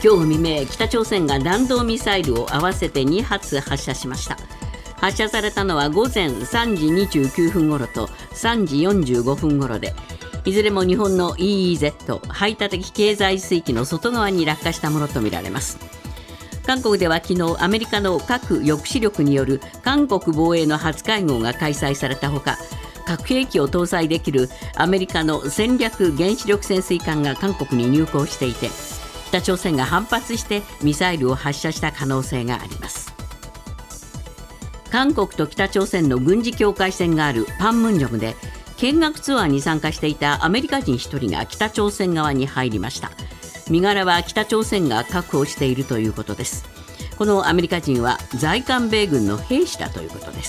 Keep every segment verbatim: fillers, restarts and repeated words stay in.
今日未明、北朝鮮が弾道ミサイルを合わせてに発発射しました。発射されたのは午前さんじにじゅうきゅうふん頃とさんじよんじゅうごふん頃で、いずれも日本の イーイーゼット 排他的経済水域の外側に落下したものとみられます。韓国では昨日、アメリカの核抑止力による韓国防衛の初会合が開催されたほか、核兵器を搭載できるアメリカの戦略原子力潜水艦が韓国に入港していて、北朝鮮が反発してミサイルを発射した可能性があります。韓国と北朝鮮の軍事境界線があるパンムンジョムで見学ツアーに参加していたアメリカ人ひとりが北朝鮮側に入りました。身柄は北朝鮮が確保しているということです。このアメリカ人は在韓米軍の兵士だということです。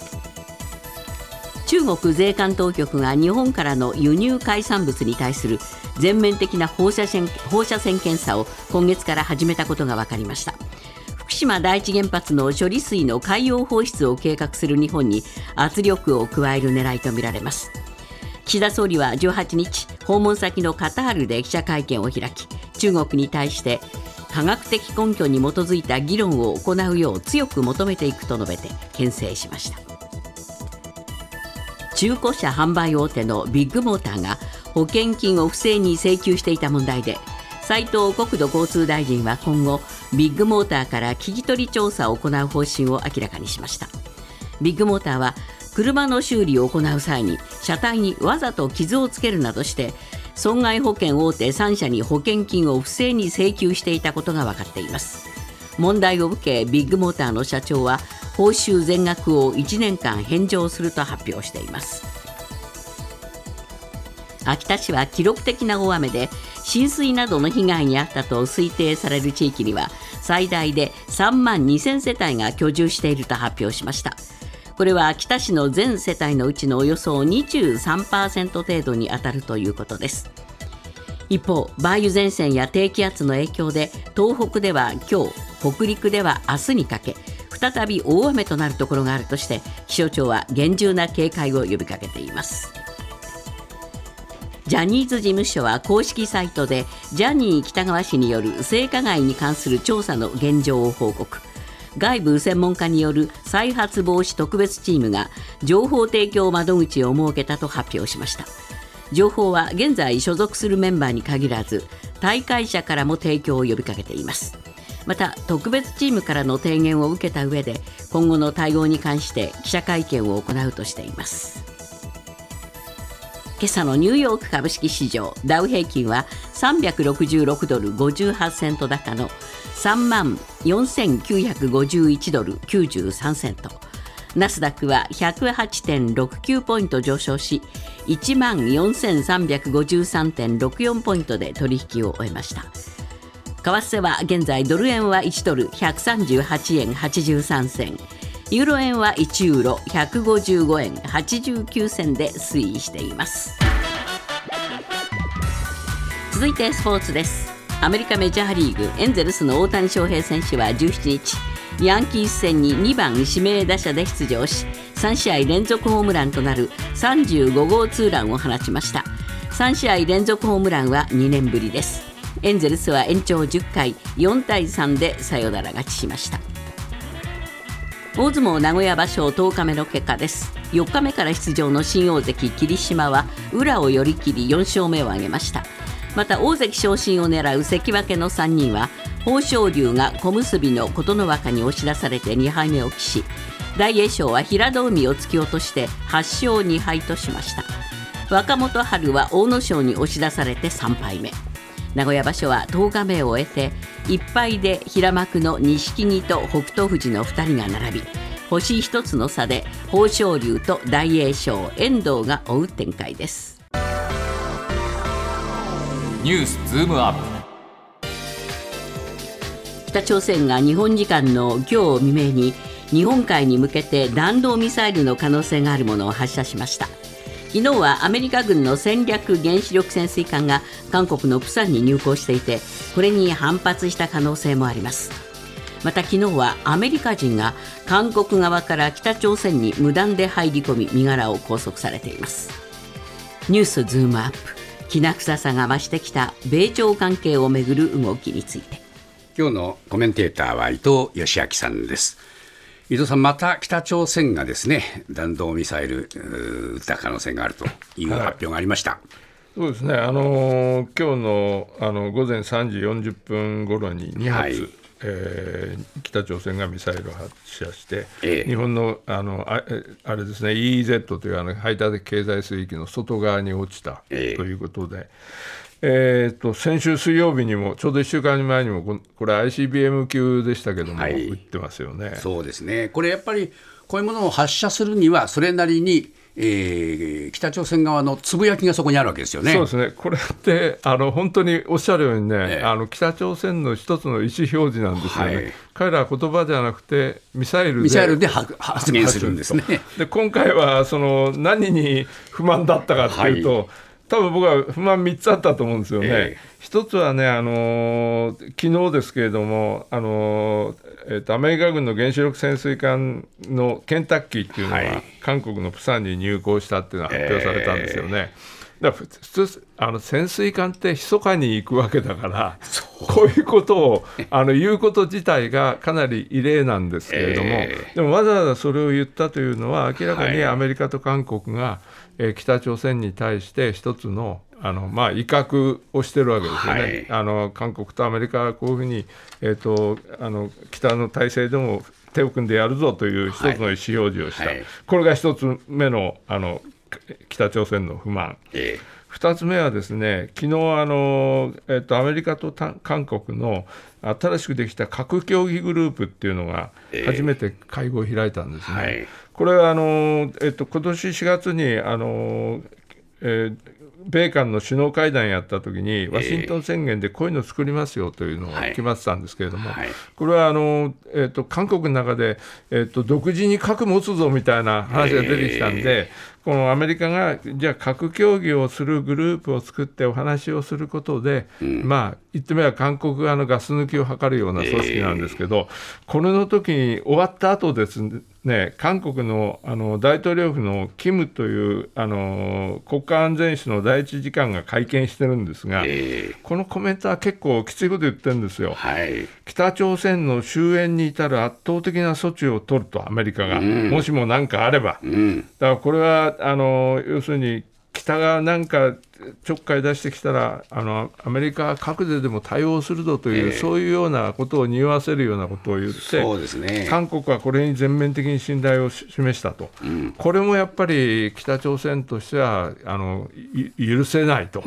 中国税関当局が日本からの輸入海産物に対する全面的な放射線、放射線検査を今月から始めたことが分かりました。福島第一原発の処理水の海洋放出を計画する日本に圧力を加える狙いとみられます。岸田総理はじゅうはちにち、訪問先のカタールで記者会見を開き、中国に対して科学的根拠に基づいた議論を行うよう強く求めていくと述べて牽制しました。中古車販売大手のビッグモーターが保険金を不正に請求していた問題で、斉藤国土交通大臣は今後ビッグモーターから聞き取り調査を行う方針を明らかにしました。ビッグモーターは車の修理を行う際に車体にわざと傷をつけるなどして損害保険大手さんしゃに保険金を不正に請求していたことが分かっています。問題を受けビッグモーターの社長は報酬全額をいちねんかん返上すると発表しています。秋田市は記録的な大雨で浸水などの被害に遭ったと推定される地域には最大でさんまんにせんせたいが居住していると発表しました。これは秋田市の全世帯のうちのおよそ にじゅうさんパーセント 程度に当たるということです。一方、梅雨前線や低気圧の影響で東北では今日、北陸では明日にかけ再び大雨となるところがあるとして気象庁は厳重な警戒を呼びかけています。ジャニーズ事務所は公式サイトでジャニー喜多川氏による性加害に関する調査の現状を報告。外部専門家による再発防止特別チームが情報提供窓口を設けたと発表しました。情報は現在所属するメンバーに限らず大会者からも提供を呼びかけています。また特別チームからの提言を受けた上で今後の対応に関して記者会見を行うとしています。今朝のニューヨーク株式市場ダウ平均はさんびゃくろくじゅうろくドルごじゅうはちセント高のさんまんよんせんきゅうひゃくごじゅういちドルきゅうじゅうさんセント、ナスダックは ひゃくはちてんろくきゅう ポイント上昇し いちまんよんせんさんびゃくごじゅうさんてんろくよん ポイントで取引を終えました。為替は現在ドル円はいちドルひゃくさんじゅうはちえんはちじゅうさんせん、ユーロ円はいちユーロひゃくごじゅうごえんはちじゅうきゅうせんで推移しています。続いてスポーツです。アメリカメジャーリーグエンゼルスの大谷翔平選手はじゅうしちにちヤンキース戦ににばん指名打者で出場しさんしあい連続ホームランとなるさんじゅうごごうツーランを放ちました。さんしあい連続ホームランはにねんぶりです。エンゼルスは延長じゅっかいよんたいさんでサヨナラ勝ちしました。大相撲名古屋場所とおかめの結果です。よっかめから出場の新大関霧島は宇良を寄り切りよんしょうめを挙げました。また大関昇進を狙う関脇のさんにんは豊昇龍が小結の琴ノ若に押し出されてにはいめを喫し、大栄翔は平戸海を突き落としてはちしょうにはいとしました。若元春は阿武咲に押し出されてさんばいめ。名古屋場所はとおかめを終えていっぱいで平幕の錦木と北勝富士のふたりが並び、星ひとつの差で豊昇龍と大栄翔、遠藤が追う展開です。 ニュースズームアップ。 北朝鮮が日本時間の今日未明に日本海に向けて弾道ミサイルの可能性があるものを発射しました。昨日はアメリカ軍の戦略原子力潜水艦が韓国のプサンに入港していて、これに反発した可能性もあります。また昨日はアメリカ人が韓国側から北朝鮮に無断で入り込み身柄を拘束されています。ニュースズームアップ。 きな臭さが増してきた米朝関係をめぐる動きについて、 今日のコメンテーターは伊藤義明さんです。伊藤さん、また北朝鮮がですね、弾道ミサイル撃った可能性があるという発表がありました。 はい、そうですね、あのー、今日 の, あの午前さんじよんじゅっぷん頃ににはつ、はい、えー、北朝鮮がミサイルを発射して、ええ、日本の あ, の あ, あれですね イーイーゼット というあの排他的経済水域の外側に落ちたということで、えええー、と先週水曜日にもちょうどいっしゅうかんまえにもこれ アイシービーエム 級でしたけども、はい、撃ってますよね。 そうですね、これやっぱりこういうものを発射するにはそれなりにえー、北朝鮮側のつぶやきがそこにあるわけですよね。 そうですね、これってあの本当におっしゃるようにね、ええ、あの北朝鮮の一つの意思表示なんですよね。はい、彼らは言葉じゃなくてミサイルでミサイルで発言するんですね。 で今回はその何に不満だったかというと、はい、多分僕は不満みっつあったと思うんですよね。ええ、一つはね、あのー、昨日ですけれども、あのーえー、とアメリカ軍の原子力潜水艦のケンタッキーっていうのが、はい、韓国のプサンに入港したっていうのが発表されたんですよね。えー、だから普通あの潜水艦って密かに行くわけだからこういうことをあの言うこと自体がかなり異例なんですけれども、えー、でもわざわざそれを言ったというのは明らかにアメリカと韓国が、えー、北朝鮮に対して一つのあのまあ、威嚇をしてるわけですよね。はい、あの韓国とアメリカはこういうふうに、えー、とあの北の体制でも手を組んでやるぞという一つの意思表示をした、はいはい、これが一つ目 の, あの北朝鮮の不満。えー、二つ目はですね、昨日あの、えー、とアメリカと韓国の新しくできた核協議グループっていうのが初めて会合を開いたんですね。えーはい、これはあの、えー、と今年しがつにあの、えー米韓の首脳会談やったときにワシントン宣言でこういうのを作りますよというのを決まってたんですけれども、はいはい、これはあの、えー、と韓国の中で、えー、と独自に核持つぞみたいな話が出てきたんで、このアメリカがじゃあ核協議をするグループを作ってお話をすることで、うん、まあ言ってみれば韓国側のガス抜きを図るような組織なんですけど、これの時に終わった後ですね、韓国 の, あの大統領府のキムというあの国家安全司の第一次官が会見してるんですが、えー、このコメントは結構きついこと言ってるんですよ。はい、北朝鮮の終焉に至る圧倒的な措置を取ると、アメリカが、うん、もしも何かあれば、うん、だからこれはあの要するに北が何かちょっかい出してきたらあのアメリカは核ででも対応するぞという、えー、そういうようなことを匂わせるようなことを言って、そうですね、韓国はこれに全面的に信頼を示したと、うん、これもやっぱり北朝鮮としてはあの許せないと、うん、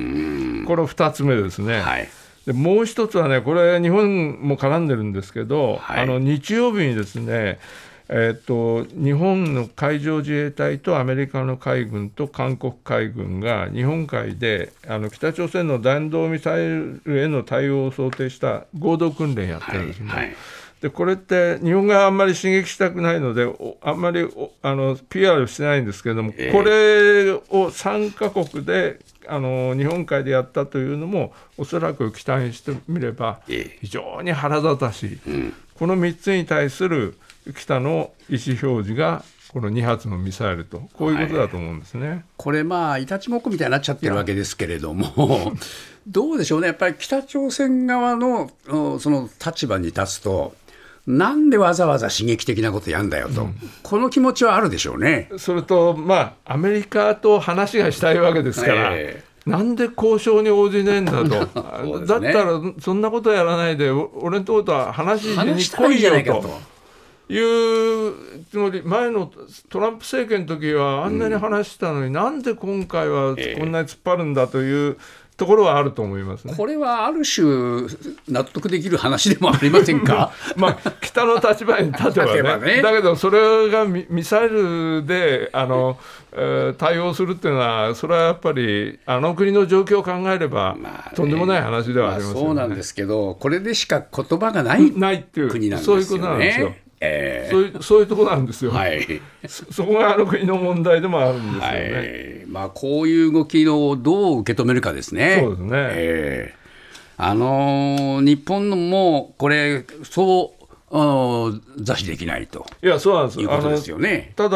これふたつめですね。はい、でもう一つはね、これ日本も絡んでるんですけど、はい、あの日曜日にですね、えー、と日本の海上自衛隊とアメリカの海軍と韓国海軍が日本海であの北朝鮮の弾道ミサイルへの対応を想定した合同訓練やってるんですね。はいはい、でこれって日本があんまり刺激したくないのであんまりあの ピーアール してないんですけれども、えー、これをさんカ国であの日本海でやったというのもおそらく期待してみれば非常に腹立たしい、えーうん、このみっつに対する北の意思表示がこのにはつのミサイルと、こういうことだと思うんですね。はい、 これまあいたちごっこみたいになっちゃってるわけですけれどもどうでしょうね、やっぱり北朝鮮側のその立場に立つと、なんでわざわざ刺激的なことやんだよと、うん、この気持ちはあるでしょうね。 それとまあアメリカと話がしたいわけですから、えー、なんで交渉に応じねえんだと、ね、だったらそんなことやらないで俺のとことは話しに来いよというつもり、前のトランプ政権の時はあんなに話してたのに、うん、なんで今回はこんなに突っ張るんだというところはあると思いますね。 これはある種納得できる話でもありませんかまあ北の立場に立てば ね, ばねだけどそれが ミ, ミサイルであの、えー、対応するっていうのは、それはやっぱりあの国の状況を考えれば、まあね、とんでもない話ではありますよね。 まあ、そうなんですけど、これでしか言葉がないないっていう国なんですよね。 そういうことなんですよ。 えー、 そういう、そういうところなんですよ。はい、そ, そこがあの国の問題でもあるんですよね。 はい、まあ、こういう動きをどう受け止めるかですね。 そうですね。 えー、あのー、日本のもこれそう座視できないと。 いや、そうなんです。 いうことですよね。 ただ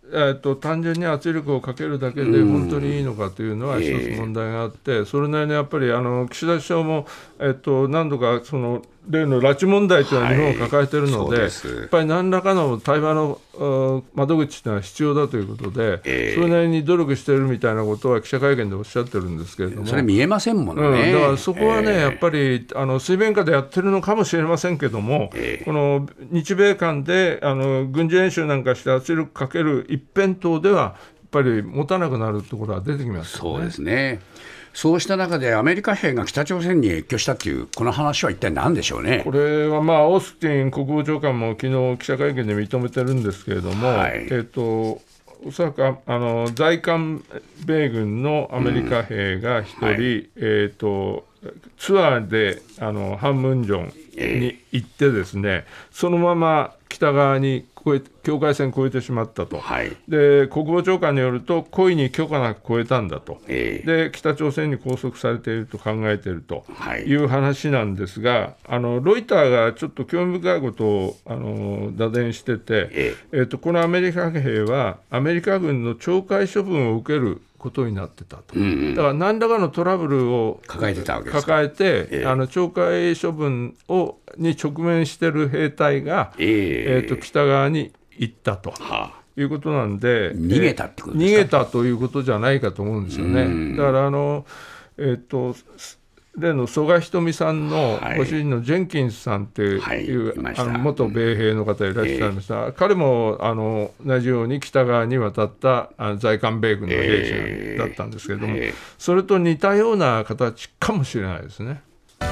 えー、と単純に圧力をかけるだけで本当にいいのかというのは一つ問題があって、えー、それなりにやっぱりあの岸田首相も、えー、と何度かその例の拉致問題というのは日本を抱えているので、はい、やっぱり何らかの対話の窓口というのは必要だということで、えー、それなりに努力しているみたいなことは記者会見でおっしゃってるんですけれども、 それ見えませんもんね、 うん、だからそこはね、えー、やっぱりあの水面下でやってるのかもしれませんけども、えー、この日米間であの軍事演習なんかして圧力かける一辺倒ではやっぱり持たなくなるところは出てきますよね。 そうですね。そうした中でアメリカ兵が北朝鮮に越境したというこの話は一体何でしょうね。 これは、まあ、オースティン国防長官も昨日記者会見で認めてるんですけれども、はい、えーと、おそらくあの在韓米軍のアメリカ兵がひとり、うんはい、えーと、ツアーであのハンムンジョンに行ってですね、えー、そのまま北側に越え境界線を越えてしまったと、はい、で国防長官によると故意に許可なく越えたんだと、えー、で北朝鮮に拘束されていると考えているという話なんですが、はい、あのロイターがちょっと興味深いことをあの打電してて、えーえー、とこのアメリカ兵はアメリカ軍の懲戒処分を受けることになってたと、うんうん、だから何らかのトラブルを抱えてたわけですか。 抱えて、えー、あの懲戒処分をに直面している兵隊が、えーえー、と北側に行ったと、はあ、いうことなんで、 逃げたってことですか。 逃げたということじゃないかと思うんですよね。だからあの、えー、と例の曽我ひとみさんのご主人のジェンキンスさんっていう、はいはい、あの元米兵の方いらっしゃいました、えー、彼もあの同じように北側に渡ったあの在韓米軍の兵士だったんですけれども、えーえー、それと似たような形かもしれないですね。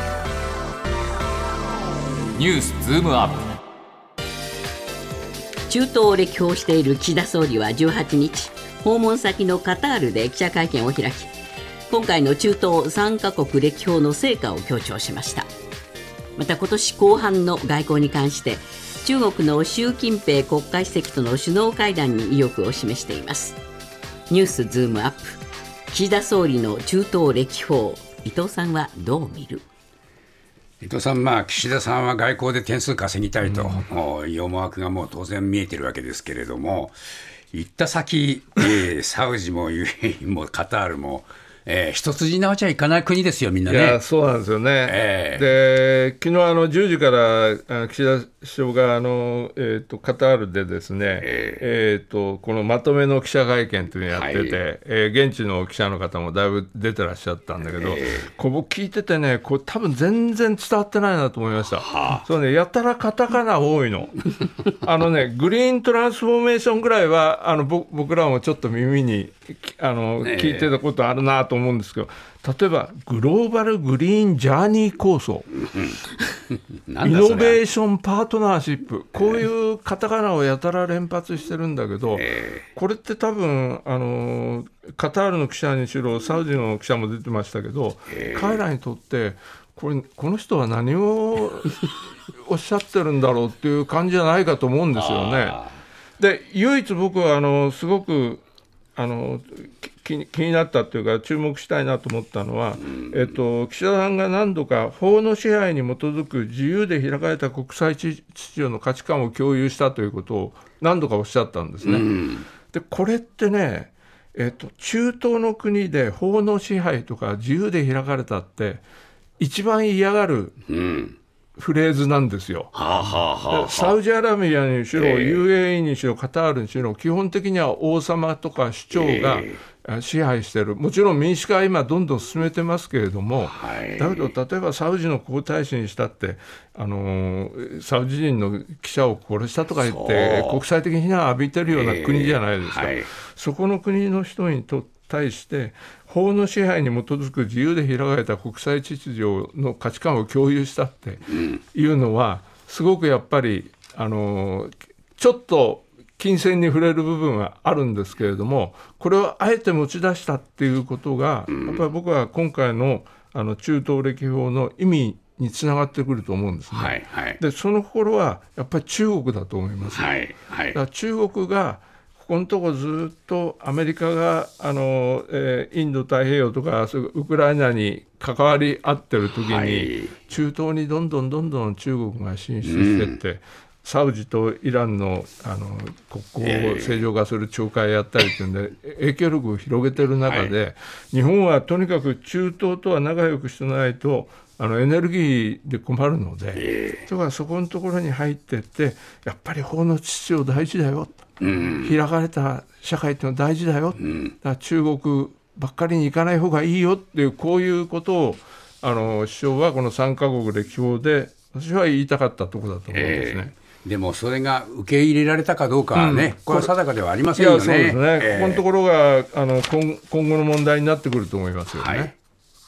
ニュースズームアップ。 中東を歴訪している岸田総理はじゅうはちにち、訪問先のカタールで記者会見を開き、今回の中東さんカ国歴訪の成果を強調しました。また今年後半の外交に関して中国の習近平国家主席との首脳会談に意欲を示しています。ニュースズームアップ。岸田総理の中東歴訪、伊藤さんはどう見る？ 伊藤さん、まあ、岸田さんは外交で点数稼ぎたいという思惑がもう当然見えてるわけですけれども、行った先、えー、サウジも ユーエーイー もカタールも、えー、一筋縄じゃいかない国ですよ、みんなね。 いや、そうなんですよね。えー、で昨日あのじゅうじから岸田首相があの、えー、とカタールでですね、えーえー、とこのまとめの記者会見というのをやってて、はい、えー、現地の記者の方もだいぶ出てらっしゃったんだけど、えー、こう僕聞いててね、これ多分全然伝わってないなと思いました。はあ、そうね、やたらカタカナ多いのあのね、グリーントランスフォーメーションぐらいはあの僕らもちょっと耳にあの、ね、聞いてたことあるなと思うんですけど、例えばグローバルグリーンジャーニー構想イノベーションパートナーシップ、こういうカタカナをやたら連発してるんだけど、これって多分あのカタールの記者にしろサウジの記者も出てましたけど、彼らにとってこれこの人は何をおっしゃってるんだろうっていう感じじゃないかと思うんですよね。で唯一僕はあのすごくあの気, 気になったというか注目したいなと思ったのは、えっと、岸田さんが何度か法の支配に基づく自由で開かれた国際秩序の価値観を共有したということを何度かおっしゃったんですね。でこれってね、えっと、中東の国で法の支配とか自由で開かれたって一番嫌がる、うん、フレーズなんですよ。はあはあはあ、サウジアラビアにしろ、えー、ユーエーイー にしろカタールにしろ基本的には王様とか首長が支配している、えー、もちろん民主化は今どんどん進めてますけれども、はい、だけど例えばサウジの皇太子にしたって、あのー、サウジ人の記者を殺したとか言って国際的に非難を浴びてるような国じゃないですか。えーはい、そこの国の人にとって対して法の支配に基づく自由で開かれた国際秩序の価値観を共有したっていうのはすごくやっぱりあのちょっと金銭に触れる部分はあるんですけれども、これをあえて持ち出したっていうことがやっぱり僕は今回のあの中東歴訪の意味につながってくると思うんですね。はいはい、でその心はやっぱり中国だと思います。はいはい、だから中国がここのところずっとアメリカがあの、えー、インド太平洋とかウクライナに関わり合ってる時に、はい、中東にどんどんどんどん中国が進出していって、 サウジとイランの、あの国交を正常化する仲介やったりというんで、えー、影響力を広げてる中で、はい、日本はとにかく中東とは仲良くしてないとあのエネルギーで困るので、えー、だからそこのところに入っていってやっぱり法の秩序大事だよ、うん、開かれた社会ってのは大事だよ、うん、だから中国ばっかりに行かない方がいいよっていうこういうことをあの首相はこのさんカ国歴訪で私は言いたかったところだと思うんですね、 えー、でもそれが受け入れられたかどうかはね、うん、これは定かではありませんよね。いやそうですね、 えー、ここのところがあの 今, 今後の問題になってくると思いますよね、はい、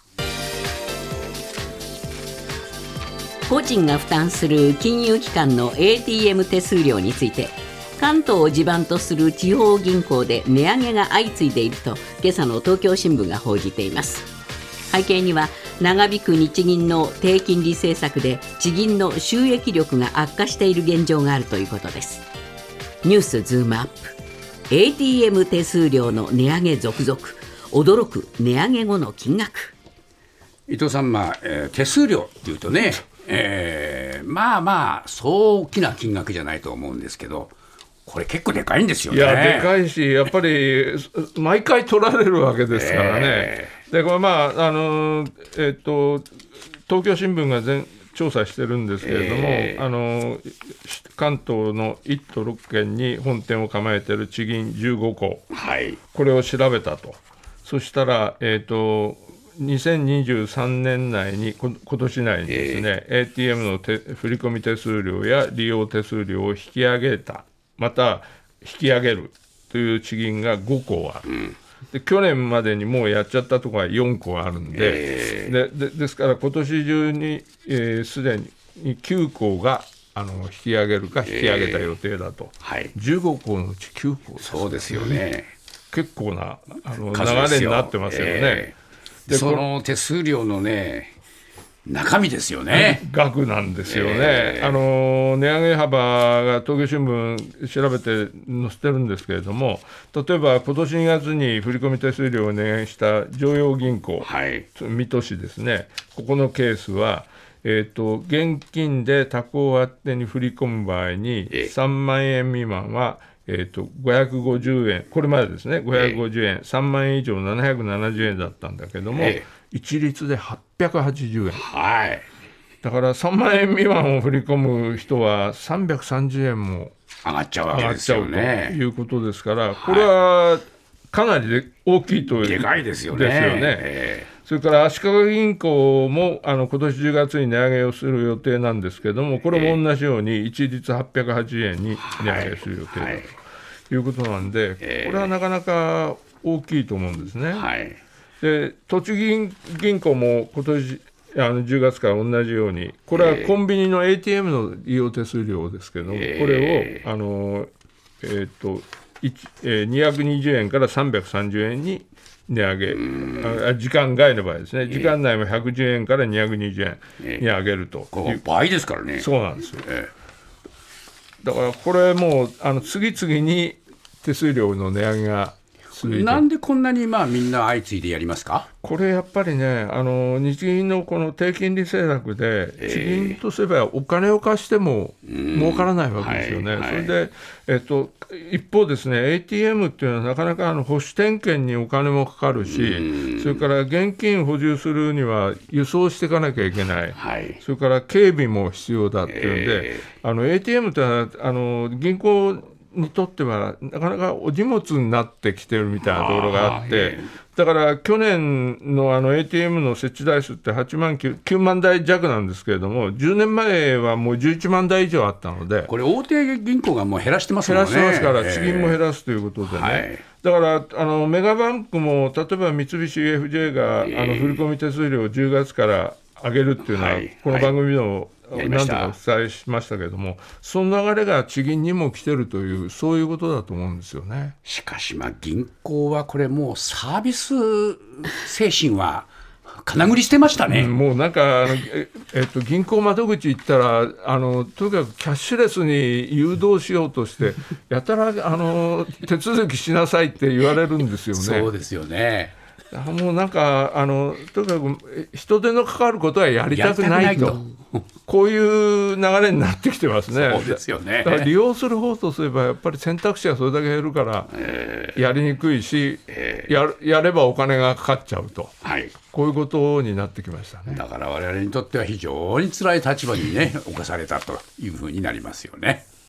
個人が負担する金融機関の エーティーエム 手数料について関東を地盤とする地方銀行で値上げが相次いでいると今朝の東京新聞が報じています。背景には長引く日銀の低金利政策で地銀の収益力が悪化している現状があるということです。ニュースズームアップ。 エーティーエム 手数料の値上げ続々、驚く値上げ後の金額。 伊藤さん、まあえー、手数料っていうとね、えー、まあまあそう大きな金額じゃないと思うんですけど、これ結構でかいんですよね。 いやでかいし、やっぱり毎回取られるわけですからね、えー、でこれまああの、えー、と東京新聞が全調査してるんですけれども、えー、あの関東のいっ都ろっけんに本店を構えている地銀じゅうごこ、はい、これを調べたと。そしたら、えー、とにせんにじゅうさんねん内にこ今年内にですね、えー、エーティーエム の手振込手数料や利用手数料を引き上げた、また引き上げるという地銀がごこある、うん、で去年までにもうやっちゃったところがよんこあるんで、えー、で, でですから今年中にすで、えー、にきゅうこがあの引き上げるか引き上げた予定だと、えーはい、じゅうごこのうちきゅうこです。 そうですよね。 結構なあの流れになってますよね、 えー、でその手数料のね中身ですよね。 額なんですよね、えー、あの値上げ幅が東京新聞調べて載せてるんですけれども、例えば今年にがつに振込手数料を値上げした常陽銀行、はい、水戸市ですね、ここのケースは、えー、と現金で他行宛てに振り込む場合にさんまんえん未満はえー、とごひゃくごじゅうえん、これまでですねごひゃくごじゅうえん、えー、さんまんえん以上ななひゃくななじゅうえんだったんだけども、えー、一律ではっぴゃくはちじゅうえん、はい、だからさんまんえん未満を振り込む人はさんびゃくさんじゅうえんも上がっちゃうわけですよね。 ということですから、これはかなりで大きいというでかいですよね。 ですよね、えーそれから足利銀行もあの今年じゅうがつに値上げをする予定なんですけども、これも同じように一律はっぴゃくはちじゅうえんに値上げする予定だということなんで、これはなかなか大きいと思うんですね、はい、で栃木銀行も今年あのじゅうがつから同じように、これはコンビニの エーティーエム の利用手数料ですけども、これをあの、えー、とにひゃくにじゅうえんからさんびゃくさんじゅうえんに値上げ、あ時間外の場合ですね、時間内もひゃくじゅうえんからにひゃくにじゅうえんに上げるという、 ここ倍ですからね。 そうなんですよ、えー、だからこれもうあの次々に手数料の値上げが続いて、 なんでこんなにまあみんな相次いでやりますか。 これやっぱりね、あの日銀のこの低金利政策で、えー、地銀とすればお金を貸しても儲からないわけですよね、はいはい、それで、えっと、一方ですね エーティーエム っていうのはなかなかあの保守点検にお金もかかるし、それから現金補充するには輸送していかなきゃいけない、はい、それから警備も必要だっていうんで、えー、あの エーティーエム ってのはあの銀行にとってはなかなかお荷物になってきてるみたいなところがあって、だから去年のあの エーティーエム の設置台数ってはちまんきゅうまんだい弱なんですけれども、じゅうねんまえはもうじゅういちまんだい以上あったので、 これ大手銀行がもう減らしてますもんね。 減らしてますから、地銀も減らすということでね、はい、だからあのメガバンクも例えば三菱 ユーエフジェー があの振込手数料をじゅうがつから上げるっていうのは、はい、この番組の何度かお伝えしましたけれども、その流れが地銀にも来てるという、そういうことだと思うんですよね。 しかしまあ銀行はこれもうサービス精神はかなぐりしてましたね、 うん、もうなんかあのえ、えっと、銀行窓口行ったらあのとにかくキャッシュレスに誘導しようとしてやたらあの手続きしなさいって言われるんですよね。 そうですよね。 もうなんかあのとにかく人手のかかることはやりたくないと、こういう流れになってきてますね。 そうですよね。 だから利用する方とすればやっぱり選択肢がそれだけ減るからやりにくいし、えー、や, やればお金がかかっちゃうと、はい、こういうことになってきましたね。 だから我々にとっては非常に辛い立場にね侵されたというふうになりますよね。